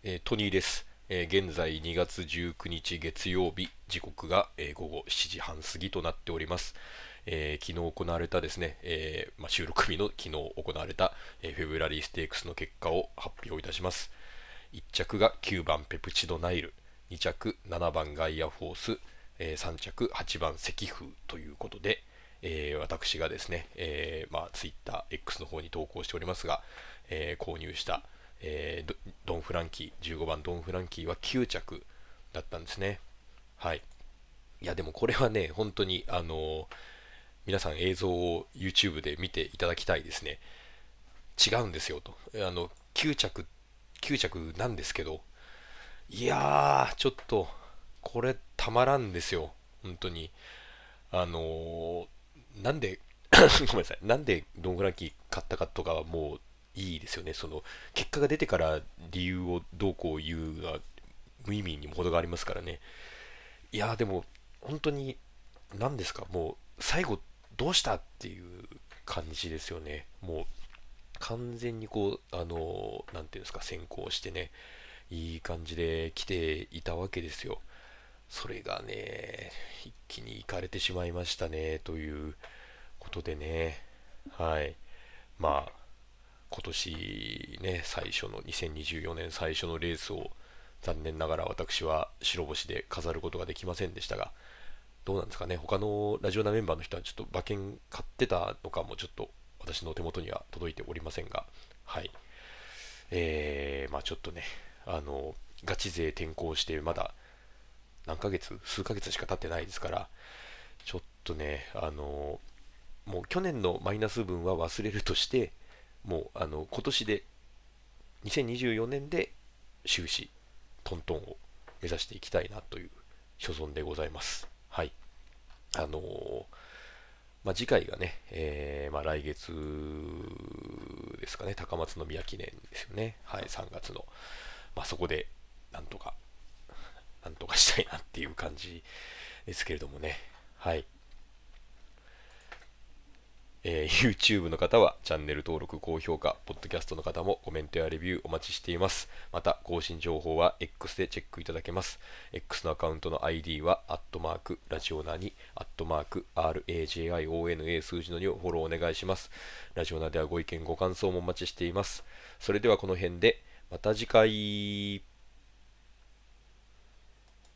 トニーです。現在2月19日月曜日、時刻が、午後7時半過ぎとなっております。昨日行われたですね、収録日の昨日行われた、フェブラリーステークスの結果を発表いたします。1着が9番ペプチドナイル、2着7番ガイアフォース、3着8番積風ということで、私がですね、ツイッター X の方に投稿しておりますが、購入した、ドン・フランキー、15番ドン・フランキーは9着だったんですね。はい。いや、でもこれはね、本当に、皆さん映像を YouTube で見ていただきたいですね。違うんですよと。9着、9着なんですけど、いやー、ちょっと、これたまらんですよ。本当に。あのーなんでごめんなさい。なんでドン・フランキー買ったかとかはもういいですよね。その、結果が出てから理由をどうこう言うのは無意味にも程がありますからね。いやーでも、本当に、何ですか、もう、最後、どうしたっていう感じですよね。もう、完全にこう、なんていうんですか、先行してね、いい感じで来ていたわけですよ。それがね、一気に行かれてしまいましたね、ということでね。はい。まあ、今年ね、最初の2024年最初のレースを残念ながら私は白星で飾ることができませんでしたが、どうなんですかね、他のラジオナメンバーの人はちょっと馬券買ってたのかもちょっと私の手元には届いておりませんが、はい。ちょっとね、あの、ガチ勢転向してまだ何ヶ月、数ヶ月しか経ってないですから、ちょっとね、もう去年のマイナス分は忘れるとして、もう今年で2024年で終始トントンを目指していきたいなという所存でございます。はい。あのー次回がね、来月ですかね、高松宮記念ですよね。はい、3月の。そこで、なんとか、なんとかしたいなっていう感じですけれどもね。はい。YouTube の方はチャンネル登録、高評価、ポッドキャストの方もコメントやレビューお待ちしています。また、更新情報は X でチェックいただけます。X のアカウントの ID は、ラジオナに、RAJIONA 数字の2をフォローお願いします。ラジオナではご意見、ご感想もお待ちしています。それではこの辺で、また次回。